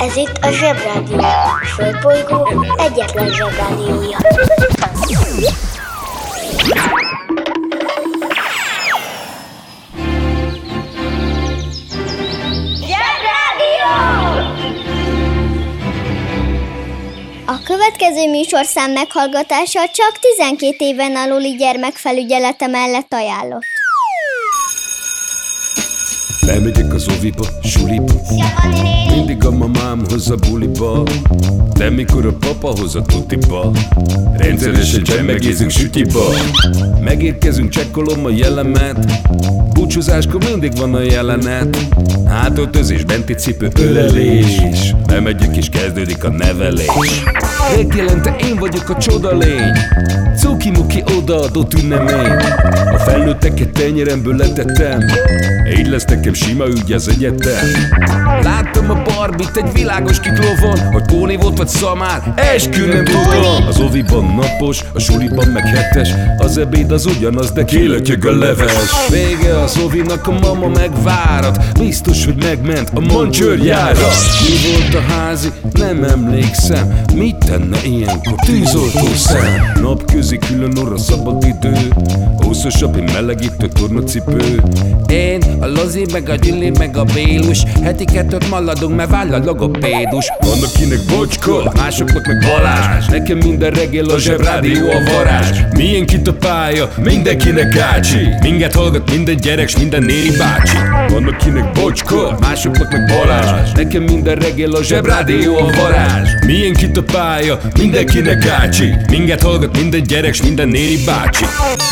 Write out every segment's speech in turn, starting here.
Ez itt a Zsebrádió, a Földbolygó egyetlen Zsebrádiója. A következő műsorszám meghallgatása csak 12 éven aluli gyermekfelügyelete mellett ajánlott. Bemegyek az oviba, suliba, mindig a mamám hoz a buliba, de mikor a papa hoz a tutiba, rendszeresen csemmegézünk sütiba. Megérkezünk, csekkolom a jellemet, búcsúzáskor mindig van a jelenet. Hátöltözés, benti cipő, ölelés, bemegyek és kezdődik a nevelés. Reggelente én vagyok a csodalény, cuki-muki odaadott ünnemény. A felnőtteket tenyeremből letettem, így lesz nekem sima ügy az egyetem. Láttam a Barbit egy világos kiklovon, hogy Póni volt vagy szamár, eskü nem tudom. Az oviban napos, a suliban meg hetes, az ebéd az ugyanaz, de kilötyög a leves. Vége az ovinak, a mama megvárat, biztos, hogy megment a mancsőrjára. Mi volt a házi? Nem emlékszem, mit tenne ilyenkor tűzoltó szem? Napközi külön orra szabad idő, húszosabb, egy melegítő tornacipő. Én, a Lozi, meg a Gyüli, meg a Bélus, heti kettőt maladunk, mert váll a logopédus. Van akinek Bocska, másoknak meg Balázs, nekem minden reggel a Zsebrádió a varázs. Miénk itt a pálya, mindenkinek ácsi, minket hallgat minden gyerek, s minden néri bácsi. Van akinek Bocska, másoknak meg Balázs, nekem minden reggel a Zsebrádió a varázs. Miénk itt a pálya, mindenkinek ácsi, minket hallgat minden gyerek, s minden néri bácsi.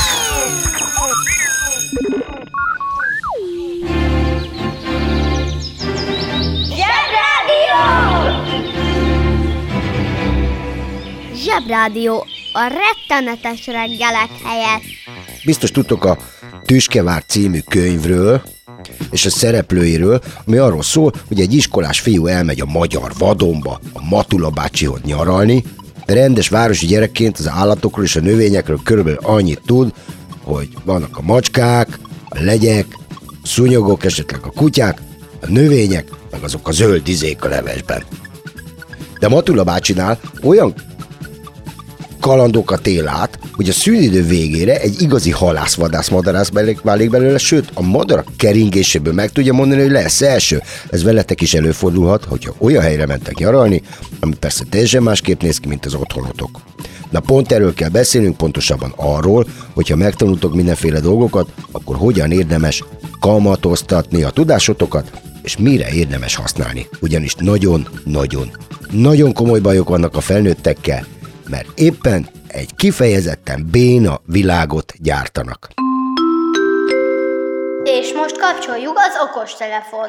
Zsebrádió, a rettenetes reggelek helyett. Biztos tudtok a Tüskevár című könyvről és a szereplőiről, ami arról szól, hogy egy iskolás fiú elmegy a magyar vadonba, a Matula bácsihoz nyaralni, de rendes városi gyerekként az állatokról és a növényekről körülbelül annyit tud, hogy vannak a macskák, a legyek, a szúnyogok, esetleg a kutyák, a növények, meg azok a zöld izék a levesben. De Matula bácsinál olyan kalandokat él át, hogy a szünidő végére egy igazi halász-vadász madarász válik belőle, sőt a madarak keringéséből meg tudja mondani, hogy lesz első. Ez veletek is előfordulhat, hogyha olyan helyre mentek nyaralni, ami persze teljesen másképp néz ki, mint az otthonotok. Na pont erről kell beszélnünk, pontosabban arról, hogyha megtanultok mindenféle dolgokat, akkor hogyan érdemes kamatoztatni a tudásotokat, és mire érdemes használni. Ugyanis nagyon komoly bajok vannak a felnőttekkel, mert éppen egy kifejezetten béna világot gyártanak. És most kapcsoljuk az okostelefon.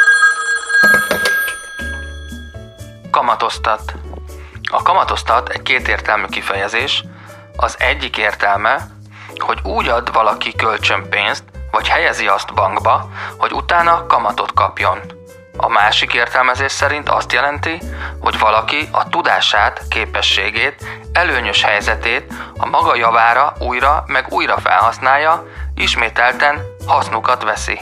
Kamatoztat. A kamatoztat egy kétértelmű kifejezés. Az egyik értelme, hogy úgy ad valaki kölcsönpénzt, vagy helyezi azt bankba, hogy utána kamatot kapjon. A másik értelmezés szerint azt jelenti, hogy valaki a tudását, képességét, előnyös helyzetét a maga javára újra meg újra felhasználja, ismételten hasznukat veszi.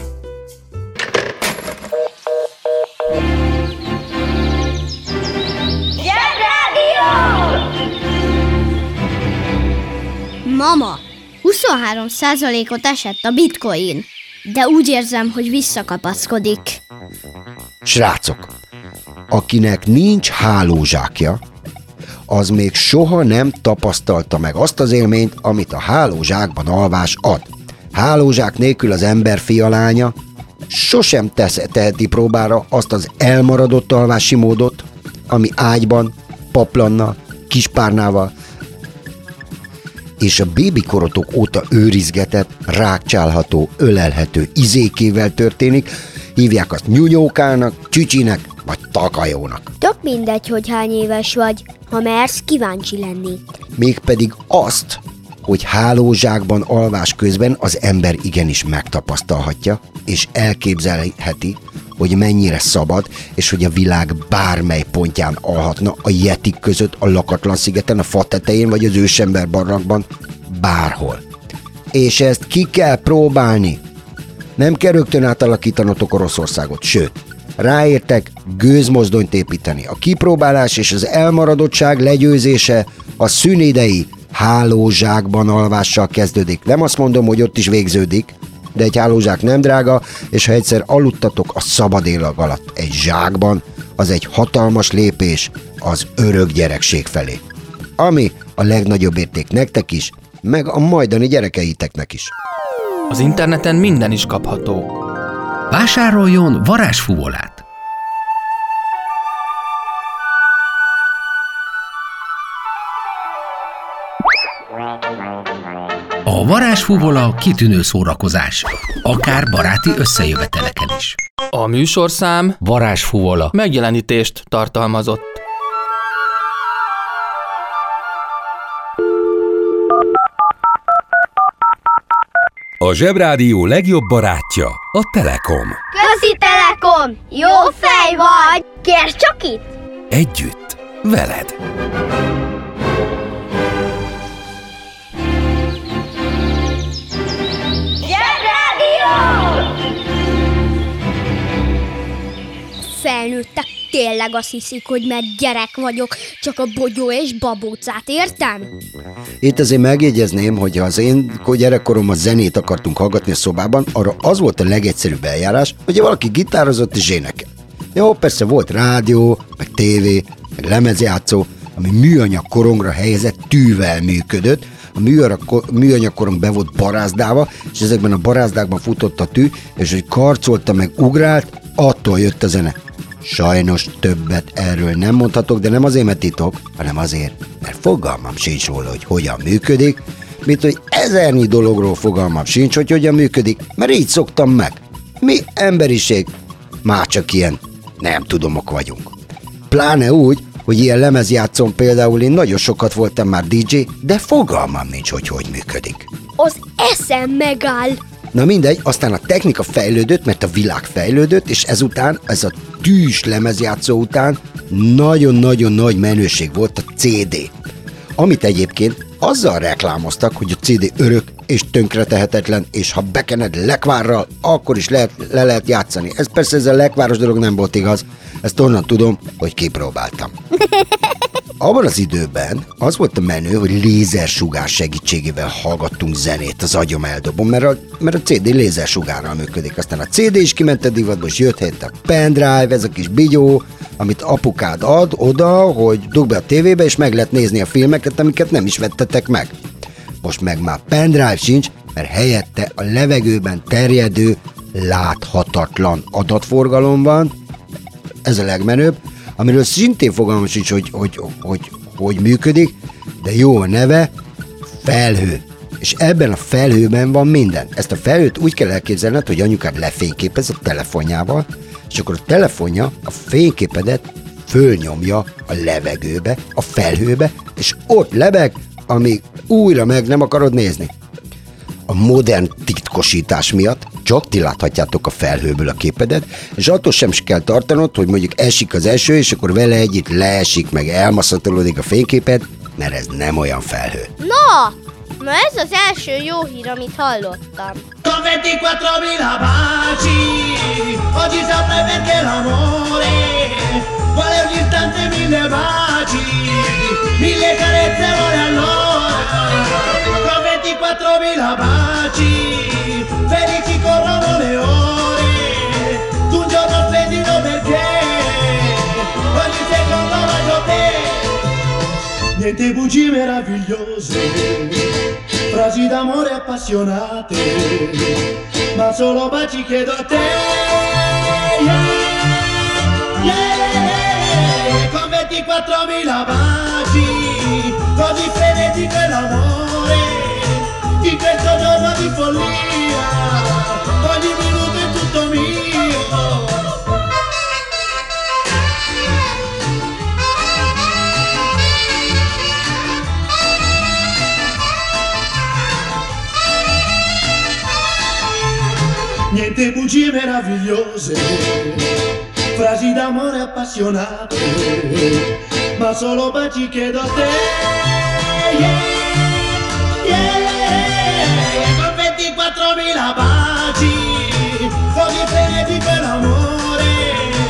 Mama, 23%-ot esett a bitcoin, de úgy érzem, hogy visszakapaszkodik. Srácok, akinek nincs hálózsákja, az még soha nem tapasztalta meg azt az élményt, amit a hálózsákban alvás ad. Hálózsák nélkül az ember fialánya sosem teheti próbára azt az elmaradott alvási módot, ami ágyban, paplannal, kispárnával és a bébikorotok óta őrizgetett, rákcsálható, ölelhető izékével történik. Hívják azt nyúnyókának, csücsinek vagy takajónak. Tök mindegy, hogy hány éves vagy, ha mersz kíváncsi lenni. Mégpedig azt, hogy hálózsákban alvás közben az ember igenis megtapasztalhatja, és elképzelheti, hogy mennyire szabad, és hogy a világ bármely pontján alhatna, a Yetik között, a lakatlan szigeten, a fa tetején, vagy az ősember barlangban, bárhol. És ezt ki kell próbálni. Nem kell rögtön átalakítanotok Oroszországot, sőt, Ráértek gőzmozdonyt építeni. A kipróbálás és az elmaradottság legyőzése a szünidei hálózsákban alvással kezdődik. Nem azt mondom, hogy ott is végződik, de egy hálózsák nem drága, és ha egyszer aludtatok a szabad élag alatt egy zsákban, az egy hatalmas lépés az örök gyerekség felé. Ami a legnagyobb érték nektek is, meg a majdani gyerekeiteknek is. Az interneten minden is kapható. Vásároljon varázsfuvolát! A varázsfuvola kitűnő szórakozás, akár baráti összejöveteleken is. A műsorszám Varázsfuvola megjelenítést tartalmazott. A Zsebrádió legjobb barátja a Telekom. Közi Telekom! Jó fej vagy! Kérd csak itt! Együtt, veled. Felnőttek tényleg azt hiszik, hogy mert gyerek vagyok, csak a bogyó és babócát értem? Itt azért megjegyezném, hogy ha az én gyerekkoromban zenét akartunk hallgatni a szobában, arra az volt a legegyszerűbb eljárás, hogy valaki gitározott és énekel. Jó, persze volt rádió, meg tévé, meg lemezjátszó, ami műanyag korongra helyezett tűvel működött. A műanyag korong be volt barázdálva, és ezekben a barázdákban futott a tű, és hogy karcolta meg ugrált, attól jött a zene. Sajnos többet erről nem mondhatok, de nem azért, mert titok, hanem azért, mert fogalmam sincs róla, hogy hogyan működik, mint hogy ezernyi dologról fogalmam sincs, hogy hogyan működik, mert így szoktam meg. Mi emberiség már csak ilyen nem tudomok vagyunk. Pláne úgy, hogy ilyen lemezjátszón például én nagyon sokat voltam már DJ, de fogalmam nincs, hogy hogy működik. Az eszem megáll! Na mindegy, aztán a technika fejlődött, mert a világ fejlődött, és ezután, ez a tűs lemezjátszó után nagyon-nagyon nagy menőség volt a CD. Amit egyébként azzal reklámoztak, hogy a CD örök és tönkretehetetlen, és ha bekened lekvárral, akkor is le lehet játszani. Ez a lekváros dolog nem volt igaz, ezt onnan tudom, hogy kipróbáltam. Abban az időben az volt a menő, hogy lézersugár segítségével hallgattunk zenét, az agyom eldobom, mert a CD lézersugárral működik. Aztán a CD is kiment a divatba, és jött helyett a pendrive, ez a kis bigyó, amit apukád ad oda, hogy dugd be a tévébe, és meg lehet nézni a filmeket, amiket nem is vettetek meg. Most meg már pendrive sincs, mert helyette a levegőben terjedő, láthatatlan adatforgalom van, ez a legmenőbb, amiről szintén fogalmam sincs, hogy működik, de jó a neve, felhő. És ebben a felhőben van minden. Ezt a felhőt úgy kell elképzelned, hogy anyukád lefényképez a telefonjával, és akkor a telefonja a fényképedet fölnyomja a levegőbe, a felhőbe, és ott lebeg, amíg újra meg nem akarod nézni. A modern titkosítás miatt csak ti láthatjátok a felhőből a képedet, és attól sem kell tartanod, hogy mondjuk esik az eső, és akkor vele együtt leesik, meg elmaszatolódik a fényképed, mert ez nem olyan felhő. Na ez az első jó hír, amit hallottam. Con 24.000 baci, oggi saprei perché l'amore vuole ogni istante 1000 baci, 1000 carezze vuole allora. Con 24.000 baci, felici corrono le ore, tu un giorno splendido perché ogni secondo voglio te. Niente bugie meravigliose, frasi d'amore appassionate, ma solo baci chiedo a te. Con 24.000 baci, così frenetico è l'amore, in questo giorno di follia, ogni minuto è tutto mio. Niente bugie meravigliose, frasi d'amore appassionate, ma solo baci chiedo a te. Con 24.000 baci, così frenetico è l'amore,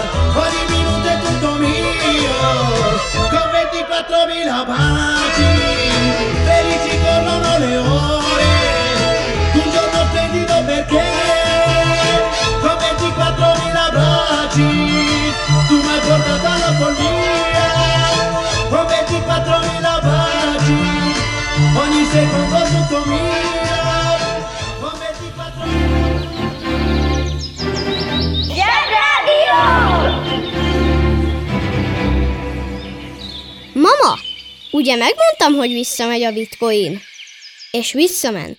ogni minuto è tutto mio, con 24.000 baci, felici corrono le ore, un giorno splendido perché, con 24.000 baci, tu mi hai portato alla follia, con 24.000 baci, ogni secondo tutto mio, con 24.000... Zsebrádió! Mama, ugye megmondtam, hogy visszamegy a bitcoin? És visszament.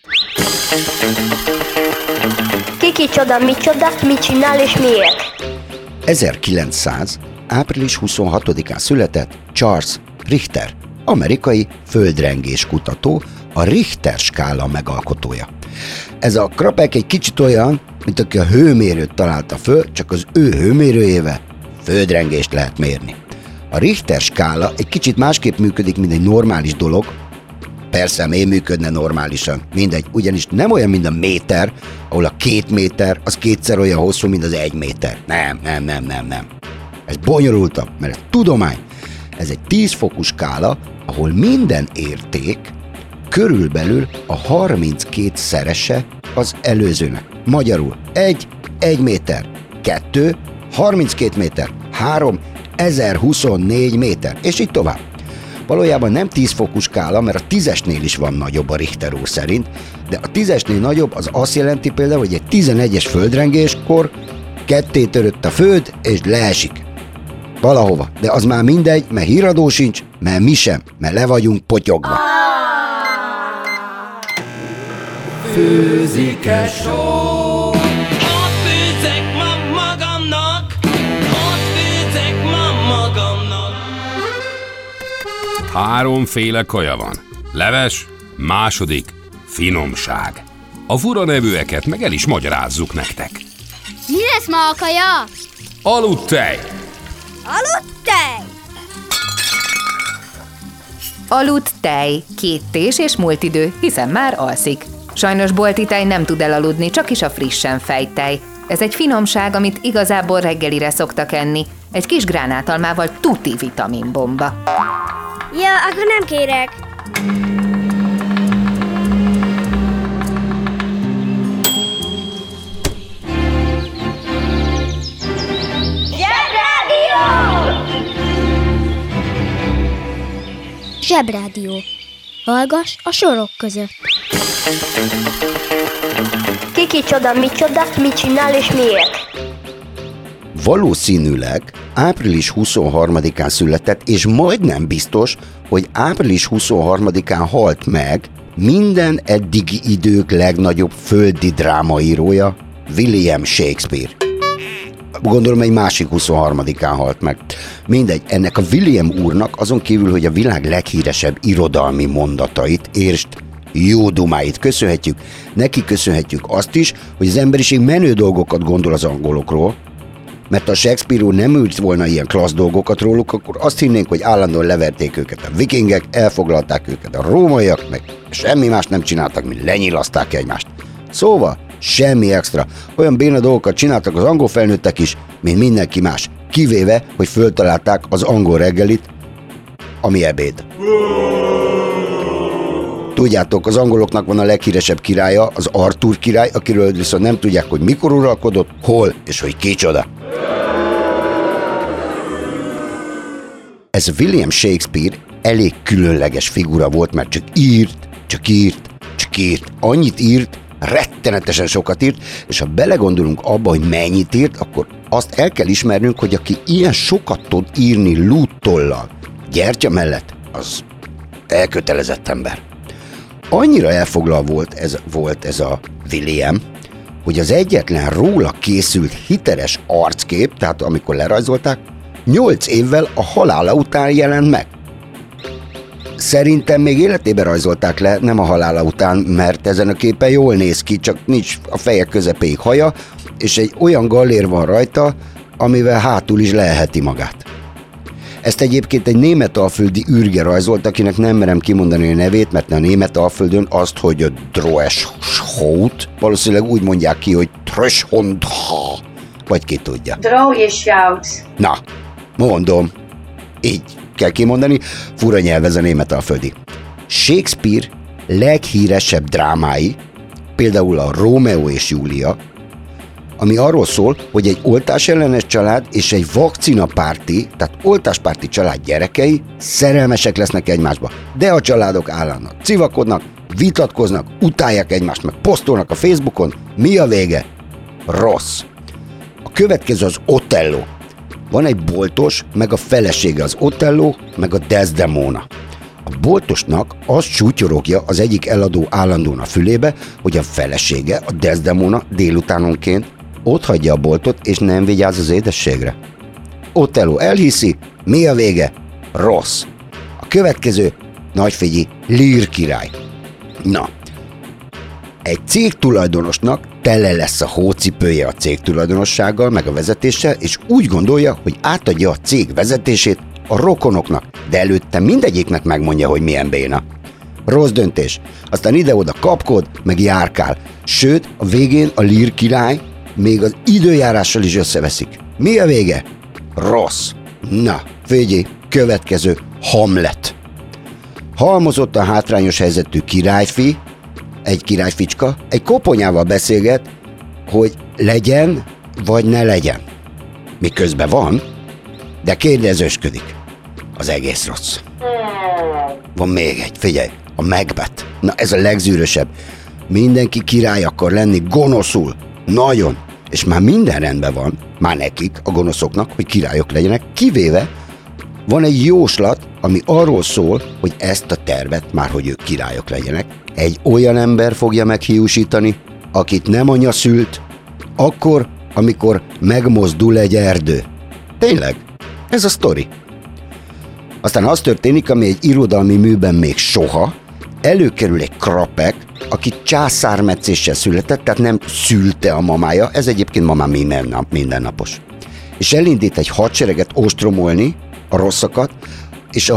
Kicsoda, micsoda, mit csinál és miért? 1900. április 26-án született Charles Richter, amerikai földrengéskutató, a Richter skála megalkotója. Ez a krapek egy kicsit olyan, mint aki a hőmérőt találta föl, csak az ő hőmérőjével földrengést lehet mérni. A Richter skála egy kicsit másképp működik, mint egy normális dolog. Persze, miért működne normálisan? Mindegy, ugyanis nem olyan, mint a méter, ahol a 2 méter az kétszer olyan hosszú, mint az 1 méter. Nem. Ez bonyolultabb, mert ez tudomány. Ez egy 10 fokú skála, ahol minden érték körülbelül a 32-szerese az előzőnek. Magyarul 1 méter, 2, 32 méter, 3, 1024 méter, és így tovább. Valójában nem 10 fokú skála, mert a 10-esnél is van nagyobb a Richter úr szerint, de a 10-esnél nagyobb az azt jelenti például, hogy egy 11-es földrengéskor ketté törött a föld, és leesik. Valahova, de az már mindegy, mert híradó sincs, mert mi sem, mert le vagyunk potyogva. Főzik-e só? Ott főzek ma magamnak, ott főzek ma magamnak. 3 kaja van. Leves, második, finomság. A fura nevűeket meg el is magyarázzuk nektek. Mi lesz ma a kaja? Aludtej! Aludtej! Aludt tej, 2 tés és múlt idő, hiszen már alszik. Sajnos bolti tej nem tud elaludni, csak is a frissen fejt tej. Ez egy finomság, amit igazából reggelire szoktak enni. Egy kis gránátalmával tuti vitaminbomba. Ja, akkor nem kérek. Zsebrádió. Hallgass a sorok között. Kicsoda, micsoda, mit csinál és miért? Valószínűleg április 23-án született, és majdnem biztos, hogy április 23-án halt meg minden eddigi idők legnagyobb földi drámaírója, William Shakespeare. Gondolom egy másik 23-án halt meg. Mindegy, ennek a William úrnak azon kívül, hogy a világ leghíresebb irodalmi mondatait, értsd, jó dumáit köszönhetjük, neki köszönhetjük azt is, hogy az emberiség menő dolgokat gondol az angolokról, mert ha Shakespeare úr nem ült volna ilyen klassz dolgokat róluk, akkor azt hinnénk, hogy állandóan leverték őket a vikingek, elfoglalták őket a rómaiak, meg semmi más nem csináltak, mint lenyilaszták egymást. Szóval semmi extra. Olyan béna dolgokat csináltak az angol felnőttek is, mint mindenki más. Kivéve, hogy föltalálták az angol reggelit, ami ebéd. Tudjátok, az angoloknak van a leghíresebb királya, az Arthur király, akiről viszont nem tudják, hogy mikor uralkodott, hol és hogy kicsoda. Ez William Shakespeare elég különleges figura volt, mert csak írt. Annyit írt, rettenetesen sokat írt, és ha belegondolunk abba, hogy mennyit írt, akkor azt el kell ismernünk, hogy aki ilyen sokat tud írni lúttollal, gyertya mellett, az elkötelezett ember. Annyira elfoglalva volt ez a William, hogy az egyetlen róla készült hiteles arckép, tehát amikor lerajzolták, 8 évvel a halála után jelent meg. Szerintem még életében rajzolták le, nem a halála után, mert ezen a képen jól néz ki, csak nincs a feje közepéig haja, és egy olyan gallér van rajta, amivel hátul is leheti magát. Ezt egyébként egy németalföldi űrge rajzolt, akinek nem merem kimondani a nevét, mert a németalföldön azt, hogy a Droeschhout, valószínűleg úgy mondják ki, hogy Tröschhondha, vagy ki tudja. Draw és shout. Na, mondom. Így kell kimondani, fura nyelv ez a németalföldi. Shakespeare leghíresebb drámái, például a Rómeó és Júlia, ami arról szól, hogy egy oltásellenes család és egy vakcinapárti, tehát oltáspárti család gyerekei szerelmesek lesznek egymásba. De a családok állandóan civakodnak, vitatkoznak, utálják egymást, meg posztolnak a Facebookon. Mi a vége? Rossz. A következő az Otello. Van egy boltos, meg a felesége, az Otello, meg a Desdemona. A boltosnak azt sútyorogja az egyik eladó állandóan a fülébe, hogy a felesége, a Desdemona délutánonként ott hagyja a boltot, és nem vigyáz az édességre. Otello elhiszi, mi a vége? Rossz. A következő, nagyfigyi, Lear király. Na, egy cégtulajdonosnak tele lesz a hócipője a cégtulajdonossággal, meg a vezetéssel, és úgy gondolja, hogy átadja a cég vezetését a rokonoknak, de előtte mindegyiknek megmondja, hogy milyen béna. Rossz döntés. Aztán ide-oda kapkod, meg járkál. Sőt, a végén a Lear király még az időjárással is összeveszik. Mi a vége? Rossz. Na, figyelj, következő, Hamlet. Halmozott a hátrányos helyzetű királyfi, egy királyficska, egy koponyával beszélget, hogy legyen, vagy ne legyen. Miközben van, de kérdezősködik. Az egész rossz. Van még egy, figyelj, a Macbeth. Na, ez a legzűrösebb. Mindenki király akar lenni, gonoszul. Nagyon. És már minden rendben van, már nekik, a gonoszoknak, hogy királyok legyenek, kivéve van egy jóslat, ami arról szól, hogy ezt a tervet, már hogy ők királyok legyenek, egy olyan ember fogja meghiúsítani, akit nem anya szült, akkor, amikor megmozdul egy erdő. Tényleg, ez a sztori. Aztán az történik, ami egy irodalmi műben még soha, előkerül egy krapek, aki császármetszéssel született, tehát nem szülte a mamája, ez egyébként ma már mindennapos. És elindít egy hadsereget ostromolni, a rosszakat, és a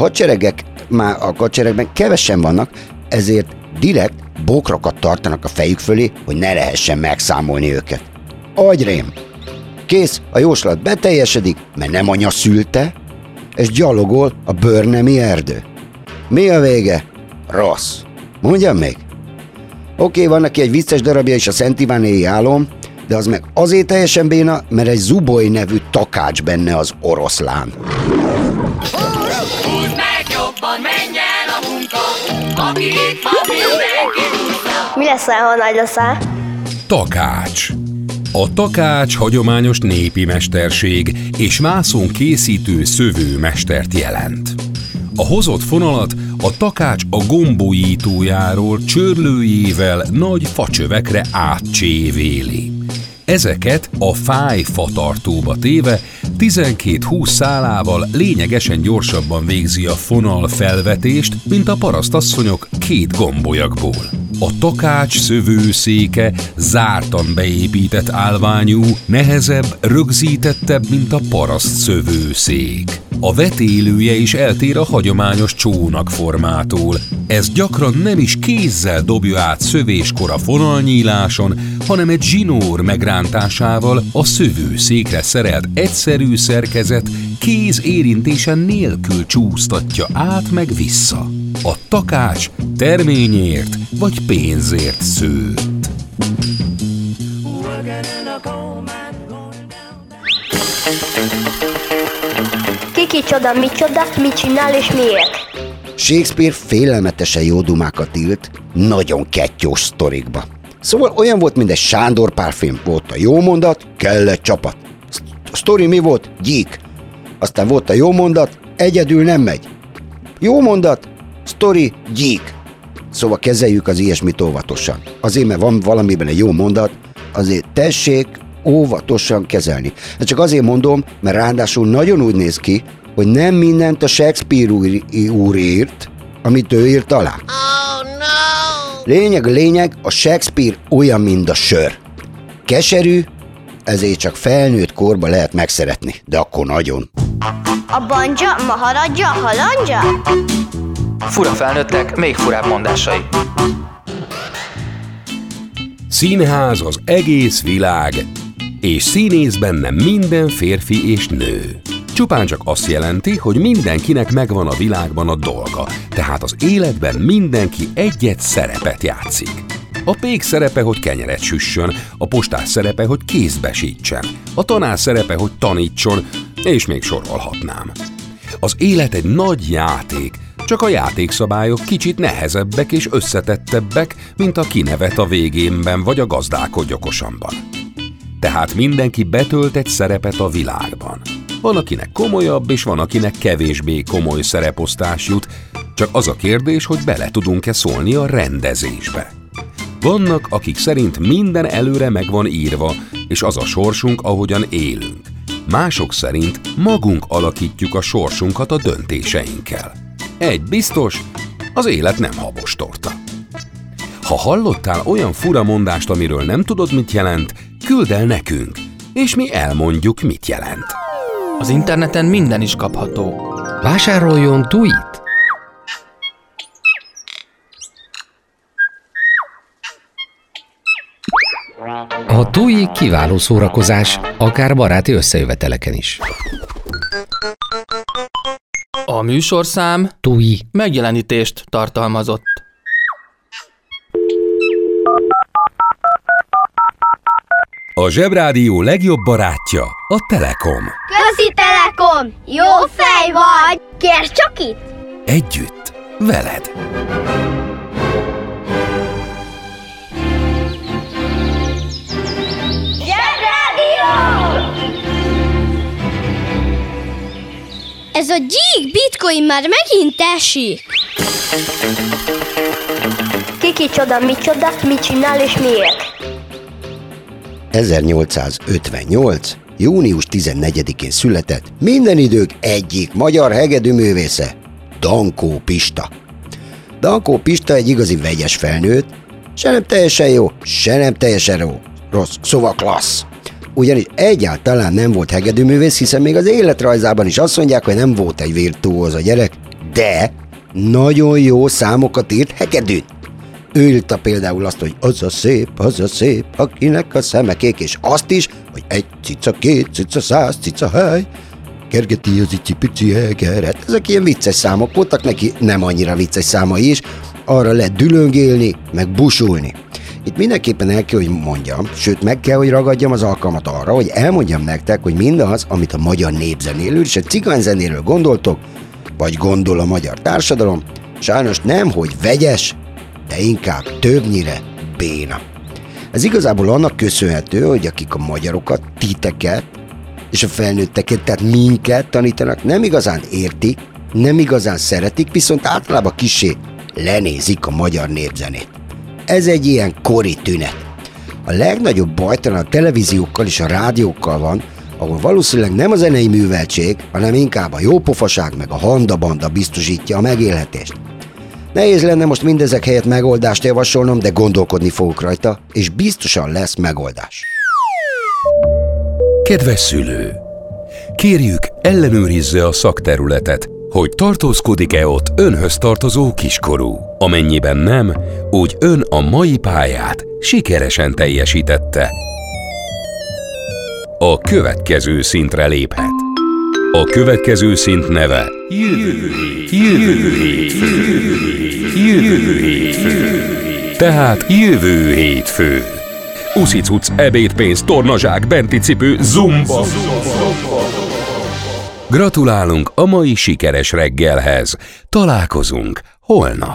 hadseregben kevesen vannak, ezért direkt bokrakat tartanak a fejük fölé, hogy ne lehessen megszámolni őket. Agyrém! Kész, a jóslat beteljesedik, mert nem anya szülte, és gyalogol a Burnhami erdő. Mi a vége? Rossz. Mondjam még? Oké, van neki egy vicces darabja is, a Szent Ivánéi álom, de az meg azért teljesen béna, mert egy Zuboly nevű takács benne az oroszlán. Húzd meg jobban, menj el a munka, aki itt van, mindenki húzza. Mi leszel, ha nagy leszel? Takács. A takács hagyományos népi mesterség és mászon készítő szövőmestert jelent. A hozott fonalat a takács a gombójítójáról csörlőjével nagy facsövekre átcsévéli. Ezeket a fájfatartóba téve 12-20 szálával lényegesen gyorsabban végzi a fonal felvetést, mint a parasztasszonyok 2 gombolyagból. A takács szövőszéke zártan beépített állványú, nehezebb, rögzítettebb, mint a paraszt szövőszék. A vetélője is eltér a hagyományos csónakformától. Ez gyakran nem is kézzel dobja át szövéskor a fonalnyíláson, hanem egy zsinór megrántásával a szövőszékre szerelt egyszerű szerkezet kéz érintése nélkül csúsztatja át meg vissza. A takács terményért vagy pénzért szőtt. Kicsoda, micsoda, mit csinál és miért? Shakespeare félelmetesen jó dumákat írt nagyon kettyós sztorikba. Szóval olyan volt, mint egy Sándor Pál film. Volt a jó mondat, kell egy csapat. A sztori mi volt? Gyík. Aztán volt a jó mondat, egyedül nem megy. Jó mondat, sztori, gyík. Szóval kezeljük az ilyesmit óvatosan. Azért, mert van valamiben egy jó mondat, azért tessék óvatosan kezelni. Ezt csak azért mondom, mert ráadásul nagyon úgy néz ki, hogy nem mindent a Shakespeare úr írt, amit ő írt alá. Oh, no! Lényeg, a Shakespeare olyan, mint a sör. Keserű, ezért csak felnőtt korba lehet megszeretni, de akkor nagyon. A banja, maharadja, halandja? Fura felnőttek, még furább mondásai. Színház az egész világ és színész benne minden férfi és nő. Csupán csak azt jelenti, hogy mindenkinek megvan a világban a dolga, tehát az életben mindenki egy-egy szerepet játszik. A pék szerepe, hogy kenyeret süssön, a postás szerepe, hogy kézbe sítsen, a tanár szerepe, hogy tanítson, és még sorolhatnám. Az élet egy nagy játék, csak a játékszabályok kicsit nehezebbek és összetettebbek, mint a kinevet a végénben vagy a gazdálkodj okosanban. Tehát mindenki betölt egy szerepet a világban. Van, akinek komolyabb, és van, akinek kevésbé komoly szereposztás jut, csak az a kérdés, hogy bele tudunk-e szólni a rendezésbe. Vannak, akik szerint minden előre meg van írva, és az a sorsunk, ahogyan élünk. Mások szerint magunk alakítjuk a sorsunkat a döntéseinkkel. Egy biztos, az élet nem habostorta. Ha hallottál olyan fura mondást, amiről nem tudod, mit jelent, küldd el nekünk, és mi elmondjuk, mit jelent. Az interneten minden is kapható. Vásároljon TUI-t! A TUI kiváló szórakozás, akár baráti összejöveteleken is. A műsorszám TUI megjelenítést tartalmazott. A Zsebrádió legjobb barátja a Telekom. Közi Telekom! Jó fej vagy! Kérd csak itt! Együtt, veled. Ez a gyík bitcoin már megint esik. Ki kicsoda, micsoda, mit csinál és miért? 1858. június 14-én született minden idők egyik magyar hegedűművésze, Dankó Pista. Dankó Pista egy igazi vegyes felnőtt, se nem teljesen jó, se nem teljesen rossz, szóval klassz. Ugyanis egyáltalán nem volt hegedűművész, hiszen még az életrajzában is azt mondják, hogy nem volt egy virtuóz a gyerek, de nagyon jó számokat írt hegedűn. Ő írta például azt, hogy az a szép, akinek a szeme kék, és azt is, hogy egy cica, két cica, 100 cica hely, kergeti az icipici hegeret. Ezek ilyen vicces számok voltak, neki nem annyira vicces számai is, arra lehet dülöngélni, meg busulni. Itt mindenképpen el kell, hogy mondjam, sőt meg kell, hogy ragadjam az alkalmat arra, hogy elmondjam nektek, hogy mindaz, amit a magyar népzenéről és a cigányzenéről gondoltok, vagy gondol a magyar társadalom, sajnos nem, hogy vegyes, de inkább többnyire béna. Ez igazából annak köszönhető, hogy akik a magyarokat, titeket és a felnőtteket, tehát minket tanítanak, nem igazán értik, nem igazán szeretik, viszont általában kissé lenézik a magyar népzenét. Ez egy ilyen kori tünet. A legnagyobb baj talán a televíziókkal és a rádiókkal van, ahol valószínűleg nem a zenei műveltség, hanem inkább a jópofaság meg a handa-banda biztosítja a megélhetést. Nehéz lenne most mindezek helyett megoldást javasolnom, de gondolkodni fogok rajta, és biztosan lesz megoldás. Kedves szülő! Kérjük, ellenőrizze a szakterületet, hogy tartózkodik-e ott önhöz tartozó kiskorú. Amennyiben nem, úgy ön a mai pályát sikeresen teljesítette. A következő szintre léphet. A következő szint neve Jövő hétfő. Tehát jövő hétfő. Uszicuc, ebédpénz, tornazsák, benti cipő, zumba. Gratulálunk a mai sikeres reggelhez. Találkozunk holnap.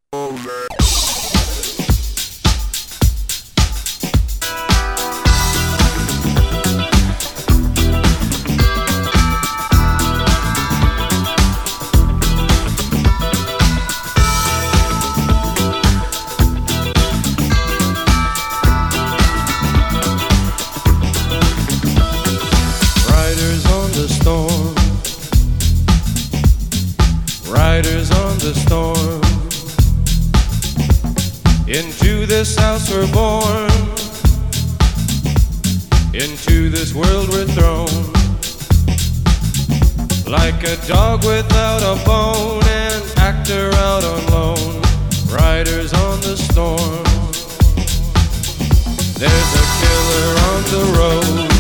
Riders on the storm. Into this house we're born. Into this world we're thrown. Like a dog without a bone, an actor out on loan. Riders on the storm. There's a killer on the road.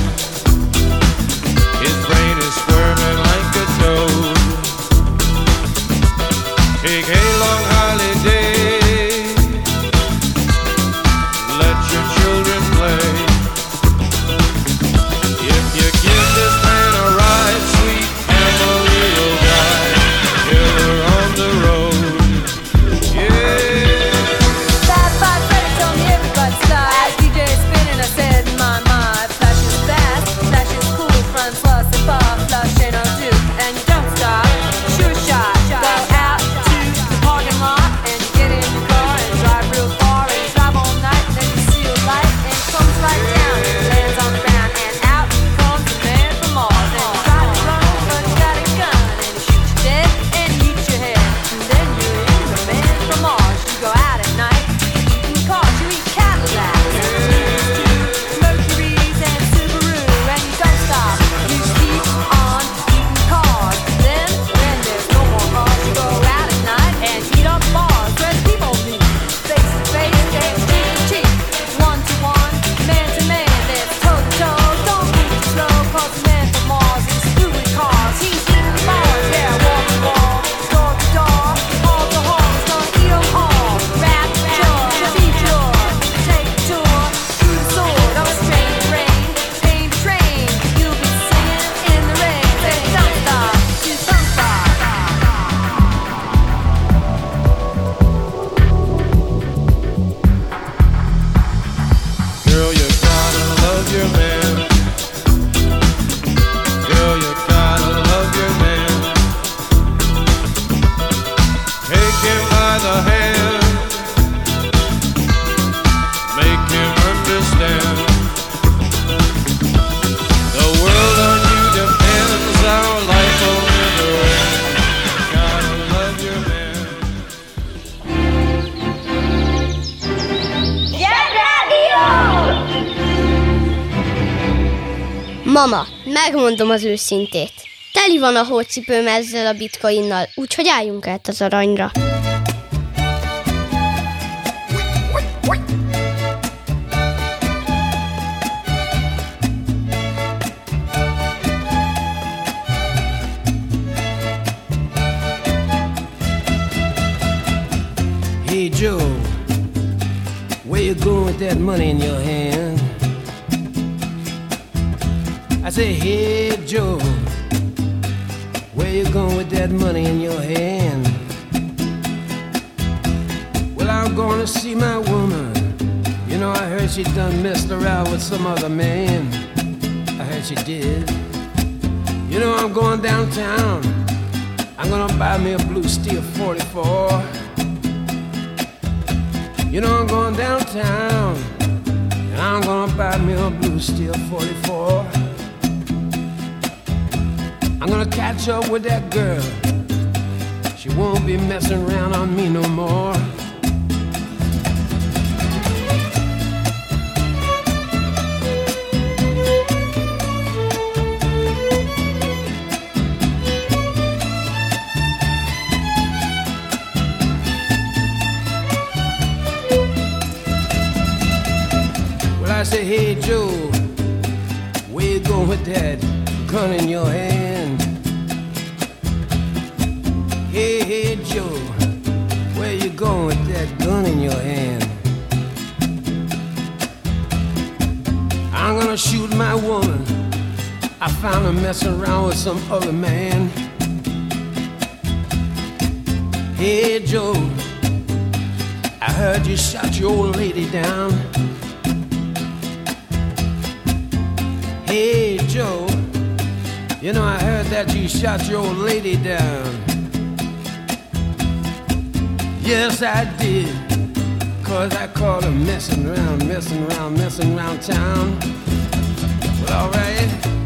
Mama, megmondom az őszintét. Teli van a hócipőm ezzel a bitcoinnal, úgyhogy álljunk át az aranyra. Hey Joe, where you going with that money in your hand? I say, hey Joe, where you going with that money in your hand? Well, I'm going to see my woman. You know, I heard she done messed around with some other man. I heard she did. You know, I'm going downtown. I'm gonna buy me a blue steel 44. You know, I'm going downtown, and I'm gonna buy me a blue steel 44. I'm gonna catch up with that girl. She won't be messing around on me no more. I say, hey Joe, where you going with that gun in your hand? Hey Joe, where you going with that gun in your hand? I'm gonna shoot my woman. I found her messing around with some other man. Hey Joe, I heard you shot your old lady down. Hey Joe, you know I heard that you shot your old lady down. Yes I did, 'cause I caught her messing around town. Well alright.